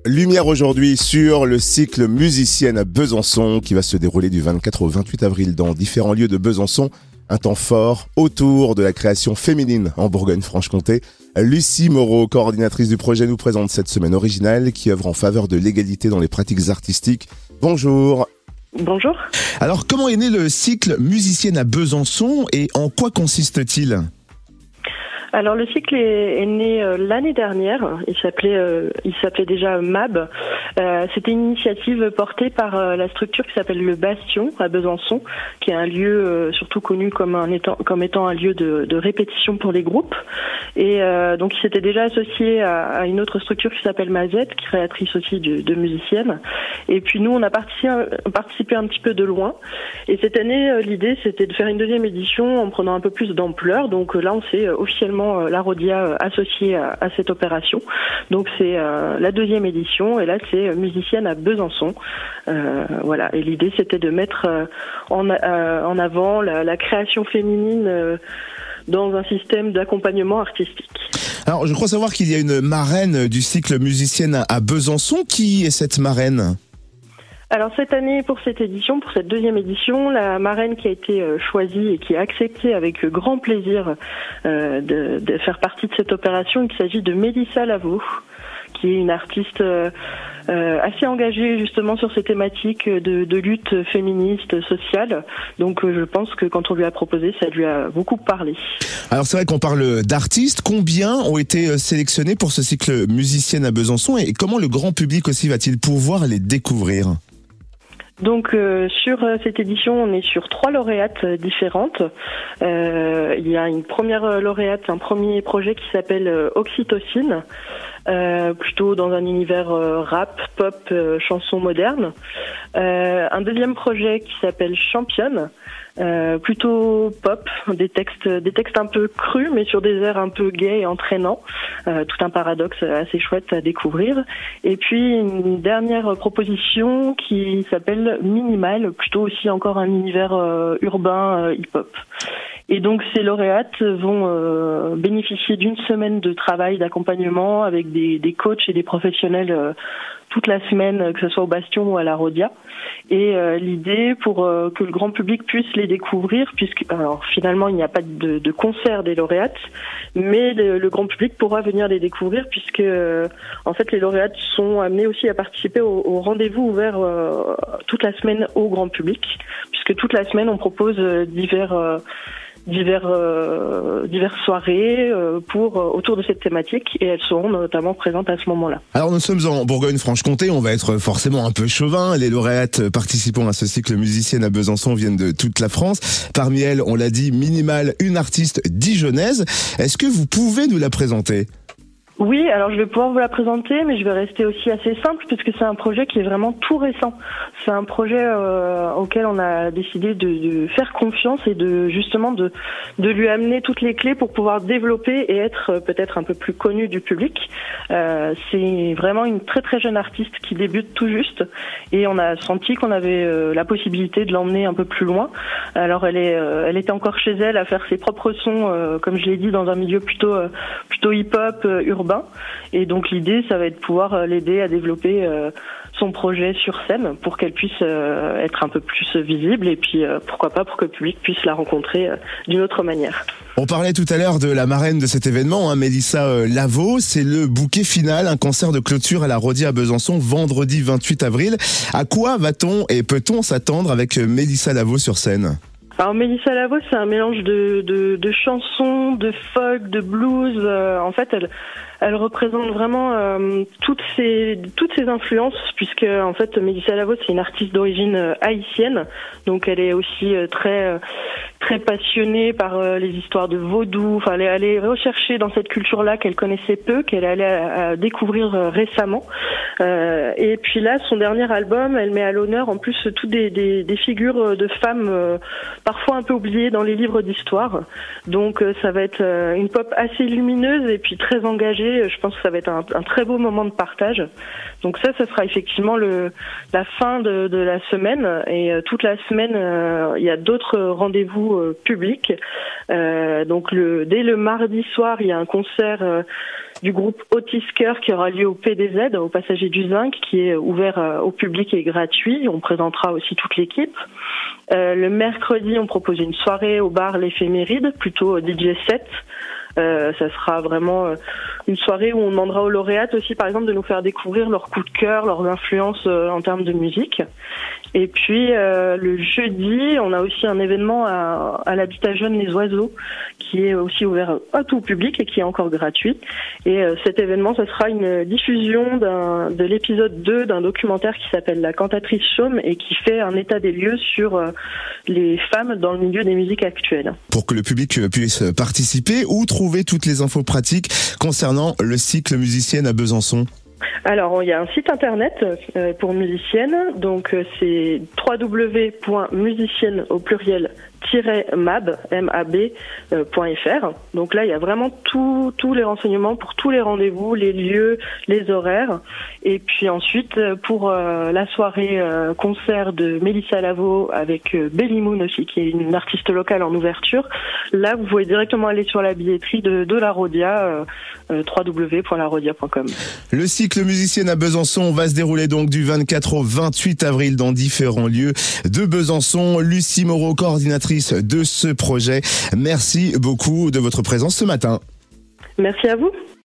Lumière aujourd'hui sur le cycle Musicienne à Besançon qui va se dérouler du 24 au 28 avril dans différents lieux de Besançon. Un temps fort autour de la création féminine en Bourgogne-Franche-Comté. Lucie Moreau, coordinatrice du projet, nous présente cette semaine originale qui œuvre en faveur de l'égalité dans les pratiques artistiques. Bonjour. Bonjour. Alors, comment est né le cycle Musicienne à Besançon et en quoi consiste-t-il ? Alors le cycle est né l'année dernière. Il s'appelait déjà MAB. C'était une initiative portée par la structure qui s'appelle le Bastion à Besançon, qui est un lieu surtout connu comme étant un lieu de répétition pour les groupes. Et donc il s'était déjà associé à une autre structure qui s'appelle Mazette, créatrice aussi de musiciennes. Et puis nous on a participé un petit peu de loin. Et cette année l'idée c'était de faire une deuxième édition en prenant un peu plus d'ampleur. Donc là on s'est officiellement la Rodia associée à cette opération. Donc c'est la deuxième édition et là c'est Musicienne à Besançon. Voilà. Et l'idée c'était de mettre en avant la création féminine dans un système d'accompagnement artistique. Alors je crois savoir qu'il y a une marraine du cycle Musicienne à Besançon. Qui est cette marraine ? Alors cette année, pour cette deuxième édition, la marraine qui a été choisie et qui a accepté avec grand plaisir de faire partie de cette opération, il s'agit de Mélissa Lavaux, qui est une artiste assez engagée justement sur ces thématiques de lutte féministe, sociale. Donc je pense que quand on lui a proposé, ça lui a beaucoup parlé. Alors c'est vrai qu'on parle d'artistes. Combien ont été sélectionnés pour ce cycle Musicienne à Besançon et comment le grand public aussi va-t-il pouvoir les découvrir ? Donc sur cette édition, on est sur 3 lauréates différentes. Il y a une première lauréate, un premier projet qui s'appelle Oxytocine, plutôt dans un univers rap, pop, chanson moderne. Un deuxième projet qui s'appelle Championne, plutôt pop, des textes un peu crus mais sur des airs un peu gays et entraînants, tout un paradoxe assez chouette à découvrir. Et puis une dernière proposition qui s'appelle Minimal, plutôt aussi encore un univers urbain hip-hop. Et donc ces lauréates vont bénéficier d'une semaine de travail d'accompagnement avec des coachs et des professionnels toute la semaine, que ce soit au Bastion ou à la Rodia. Et l'idée pour que le grand public puisse les découvrir, puisque alors finalement il n'y a pas de concert des lauréates, mais le grand public pourra venir les découvrir puisque en fait les lauréates sont amenés aussi à participer au rendez-vous ouvert toute la semaine au grand public, puisque toute la semaine on propose diverses soirées autour de cette thématique et elles seront notamment présentes à ce moment-là. Alors nous sommes en Bourgogne-Franche-Comté, on va être forcément un peu chauvin. Les lauréates participant à ce cycle Musicienne à Besançon viennent de toute la France. Parmi elles, on l'a dit, Minimal, une artiste dijonnaise. Est-ce que vous pouvez nous la présenter ? Oui, alors je vais pouvoir vous la présenter, mais je vais rester aussi assez simple puisque c'est un projet qui est vraiment tout récent. C'est un projet auquel on a décidé de faire confiance et de lui amener toutes les clés pour pouvoir développer et être peut-être un peu plus connu du public. C'est vraiment une très très jeune artiste qui débute tout juste et on a senti qu'on avait la possibilité de l'emmener un peu plus loin. Alors elle était encore chez elle à faire ses propres sons, comme je l'ai dit, dans un milieu plutôt hip-hop, urbain. Et donc l'idée, ça va être de pouvoir l'aider à développer son projet sur scène pour qu'elle puisse être un peu plus visible et puis pourquoi pas pour que le public puisse la rencontrer d'une autre manière. On parlait tout à l'heure de la marraine de cet événement, Mélissa Lavaux. C'est le bouquet final, un concert de clôture à la Rodia à Besançon vendredi 28 avril. À quoi va-t-on et peut-on s'attendre avec Mélissa Lavaux sur scène ? Alors Mélissa Lavaux, c'est un mélange de chansons, de folk, de blues. En fait, elle représente vraiment toutes ces influences, puisque en fait Mélissa Lavaux c'est une artiste d'origine haïtienne, donc elle est aussi très passionnée par les histoires de vaudou. Enfin, elle est recherchée dans cette culture-là qu'elle connaissait peu, qu'elle allait à découvrir récemment. Et puis là, son dernier album, elle met à l'honneur en plus toutes des figures de femmes parfois un peu oubliées dans les livres d'histoire. Donc ça va être une pop assez lumineuse et puis très engagée partager. Je pense que ça va être un très beau moment de partage. Donc ça sera effectivement la fin de la semaine, et toute la semaine il y a d'autres rendez-vous publics. Donc dès le mardi soir, il y a un concert du groupe Otis Cœur qui aura lieu au PDZ, au Passager du Zinc, qui est ouvert au public et gratuit. On présentera aussi toute l'équipe. Le mercredi, on propose une soirée au bar L'Éphéméride, plutôt DJ set. Ça sera vraiment une soirée où on demandera aux lauréates aussi, par exemple, de nous faire découvrir leurs coups de cœur, leurs influences en termes de musique. Et puis le jeudi, on a aussi un événement à l'Habitat Jeune Les Oiseaux, qui est aussi ouvert à tout public et qui est encore gratuit. Et cet événement, ce sera une diffusion de l'épisode 2 d'un documentaire qui s'appelle La Cantatrice Chaume et qui fait un état des lieux sur les femmes dans le milieu des musiques actuelles. Pour que le public puisse participer, où trouver toutes les infos pratiques concernant le cycle Musicienne à Besançon? Alors, il y a un site internet pour musiciennes, donc c'est www.musicienne au pluriel mab.fr. Donc là, il y a vraiment tous les renseignements pour tous les rendez-vous, les lieux, les horaires. Et puis ensuite, pour la soirée concert de Mélissa Lavo avec Belly Moon aussi, qui est une artiste locale en ouverture, là, vous pouvez directement aller sur la billetterie de la Rodia, www.larodia.com. Le cycle Musicienne à Besançon va se dérouler donc du 24 au 28 avril dans différents lieux de Besançon. Lucie Moreau, coordinatrice de ce projet. Merci beaucoup de votre présence ce matin. Merci à vous.